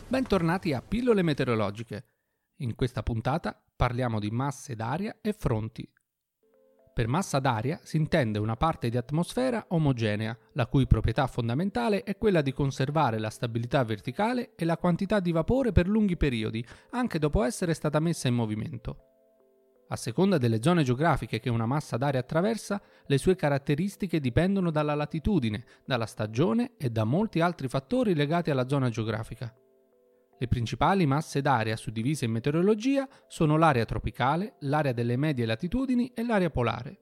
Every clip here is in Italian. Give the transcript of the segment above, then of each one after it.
Bentornati a Pillole Meteorologiche. In questa puntata parliamo di masse d'aria e fronti. Per massa d'aria si intende una parte di atmosfera omogenea, la cui proprietà fondamentale è quella di conservare la stabilità verticale e la quantità di vapore per lunghi periodi, anche dopo essere stata messa in movimento. A seconda delle zone geografiche che una massa d'aria attraversa, le sue caratteristiche dipendono dalla latitudine, dalla stagione e da molti altri fattori legati alla zona geografica. Le principali masse d'aria suddivise in meteorologia sono l'area tropicale, l'area delle medie latitudini e l'area polare.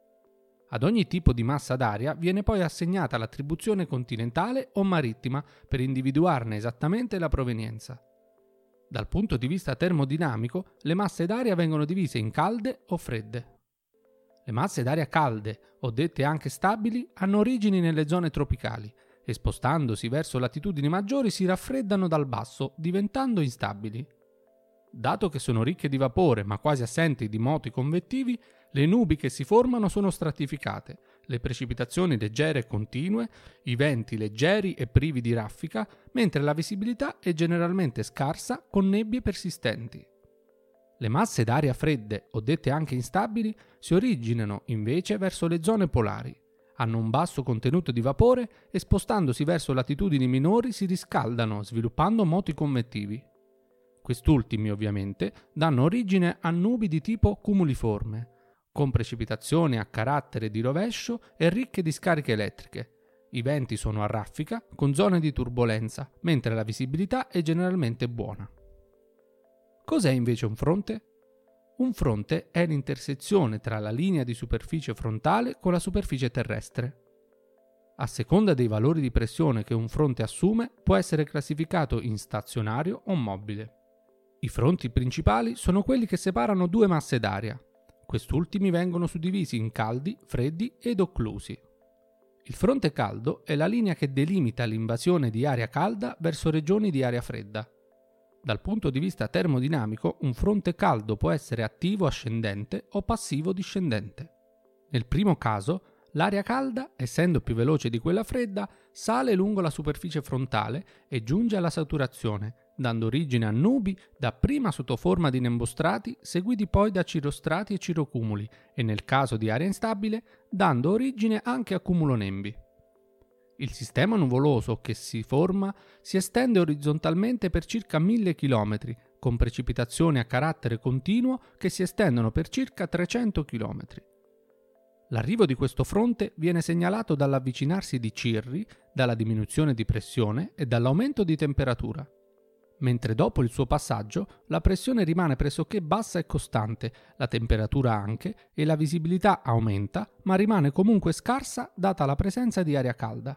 Ad ogni tipo di massa d'aria viene poi assegnata l'attribuzione continentale o marittima per individuarne esattamente la provenienza. Dal punto di vista termodinamico, le masse d'aria vengono divise in calde o fredde. Le masse d'aria calde, o dette anche stabili, hanno origini nelle zone tropicali e spostandosi verso latitudini maggiori si raffreddano dal basso, diventando instabili. Dato che sono ricche di vapore ma quasi assenti di moti convettivi, le nubi che si formano sono stratificate, le precipitazioni leggere e continue, i venti leggeri e privi di raffica, mentre la visibilità è generalmente scarsa con nebbie persistenti. Le masse d'aria fredde, o dette anche instabili, si originano invece verso le zone polari. Hanno un basso contenuto di vapore e spostandosi verso latitudini minori si riscaldano, sviluppando moti convettivi. Quest'ultimi, ovviamente, danno origine a nubi di tipo cumuliforme, con precipitazioni a carattere di rovescio e ricche di scariche elettriche. I venti sono a raffica, con zone di turbolenza, mentre la visibilità è generalmente buona. Cos'è invece un fronte? Un fronte è l'intersezione tra la linea di superficie frontale con la superficie terrestre. A seconda dei valori di pressione che un fronte assume, può essere classificato in stazionario o mobile. I fronti principali sono quelli che separano due masse d'aria. Quest'ultimi vengono suddivisi in caldi, freddi ed occlusi. Il fronte caldo è la linea che delimita l'invasione di aria calda verso regioni di aria fredda. Dal punto di vista termodinamico, un fronte caldo può essere attivo ascendente o passivo discendente. Nel primo caso, l'aria calda, essendo più veloce di quella fredda, sale lungo la superficie frontale e giunge alla saturazione, dando origine a nubi dapprima sotto forma di nembostrati, seguiti poi da cirrostrati e cirrocumuli, e nel caso di aria instabile, dando origine anche a cumulonembi. Il sistema nuvoloso che si forma si estende orizzontalmente per circa 1000 km, con precipitazioni a carattere continuo che si estendono per circa 300 km. L'arrivo di questo fronte viene segnalato dall'avvicinarsi di cirri, dalla diminuzione di pressione e dall'aumento di temperatura. Mentre dopo il suo passaggio la pressione rimane pressoché bassa e costante, la temperatura anche e la visibilità aumenta, ma rimane comunque scarsa data la presenza di aria calda.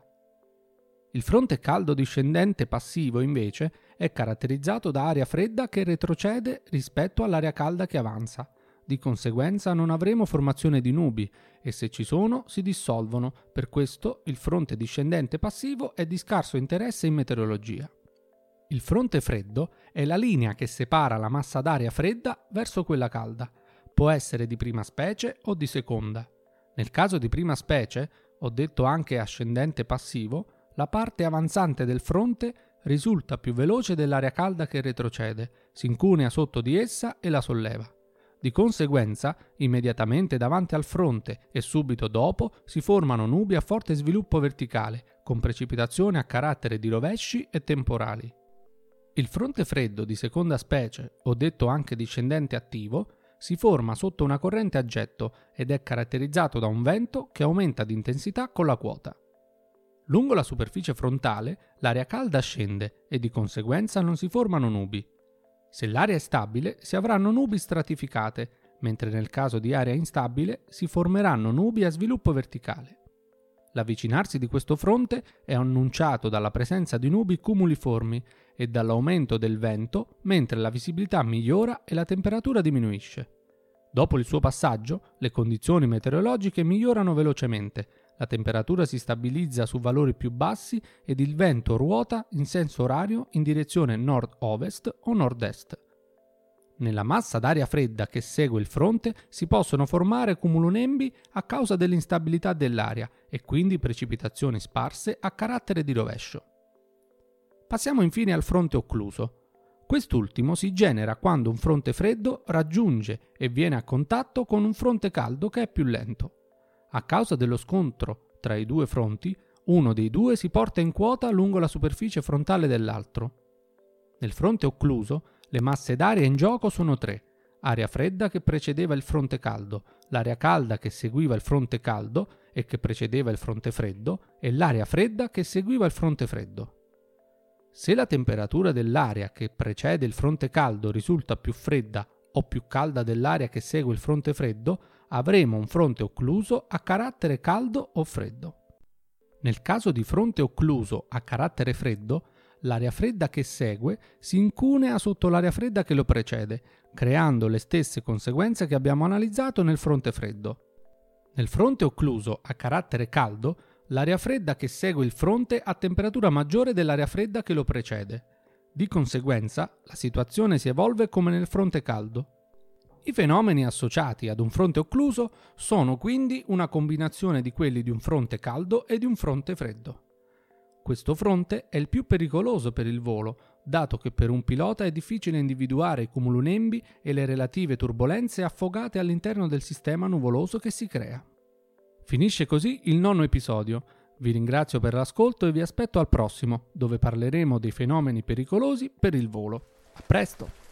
Il fronte caldo discendente passivo invece è caratterizzato da aria fredda che retrocede rispetto all'aria calda che avanza. Di conseguenza non avremo formazione di nubi e se ci sono si dissolvono, per questo il fronte discendente passivo è di scarso interesse in meteorologia. Il fronte freddo è la linea che separa la massa d'aria fredda verso quella calda. Può essere di prima specie o di seconda. Nel caso di prima specie, o detto anche ascendente passivo, la parte avanzante del fronte risulta più veloce dell'aria calda che retrocede, si incunea sotto di essa e la solleva. Di conseguenza, immediatamente davanti al fronte e subito dopo si formano nubi a forte sviluppo verticale, con precipitazioni a carattere di rovesci e temporali. Il fronte freddo di seconda specie, o detto anche discendente attivo, si forma sotto una corrente a getto ed è caratterizzato da un vento che aumenta di intensità con la quota. Lungo la superficie frontale l'aria calda scende e di conseguenza non si formano nubi. Se l'aria è stabile si avranno nubi stratificate, mentre nel caso di aria instabile si formeranno nubi a sviluppo verticale. L'avvicinarsi di questo fronte è annunciato dalla presenza di nubi cumuliformi e dall'aumento del vento, mentre la visibilità migliora e la temperatura diminuisce. Dopo il suo passaggio, le condizioni meteorologiche migliorano velocemente, la temperatura si stabilizza su valori più bassi ed il vento ruota in senso orario in direzione nord-ovest o nord-est. Nella massa d'aria fredda che segue il fronte si possono formare cumulonembi a causa dell'instabilità dell'aria e quindi precipitazioni sparse a carattere di rovescio. Passiamo infine al fronte occluso. Quest'ultimo si genera quando un fronte freddo raggiunge e viene a contatto con un fronte caldo che è più lento. A causa dello scontro tra i due fronti, uno dei due si porta in quota lungo la superficie frontale dell'altro. Nel fronte occluso, le masse d'aria in gioco sono tre: aria fredda che precedeva il fronte caldo, l'aria calda che seguiva il fronte caldo e che precedeva il fronte freddo, e l'aria fredda che seguiva il fronte freddo. Se la temperatura dell'aria che precede il fronte caldo risulta più fredda o più calda dell'aria che segue il fronte freddo, avremo un fronte occluso a carattere caldo o freddo. Nel caso di fronte occluso a carattere freddo, l'aria fredda che segue si incunea sotto l'aria fredda che lo precede, creando le stesse conseguenze che abbiamo analizzato nel fronte freddo. Nel fronte occluso a carattere caldo, l'aria fredda che segue il fronte ha temperatura maggiore dell'aria fredda che lo precede. Di conseguenza, la situazione si evolve come nel fronte caldo. I fenomeni associati ad un fronte occluso sono quindi una combinazione di quelli di un fronte caldo e di un fronte freddo. Questo fronte è il più pericoloso per il volo, dato che per un pilota è difficile individuare i cumulonembi e le relative turbolenze affogate all'interno del sistema nuvoloso che si crea. Finisce così il 9° episodio. Vi ringrazio per l'ascolto e vi aspetto al prossimo, dove parleremo dei fenomeni pericolosi per il volo. A presto!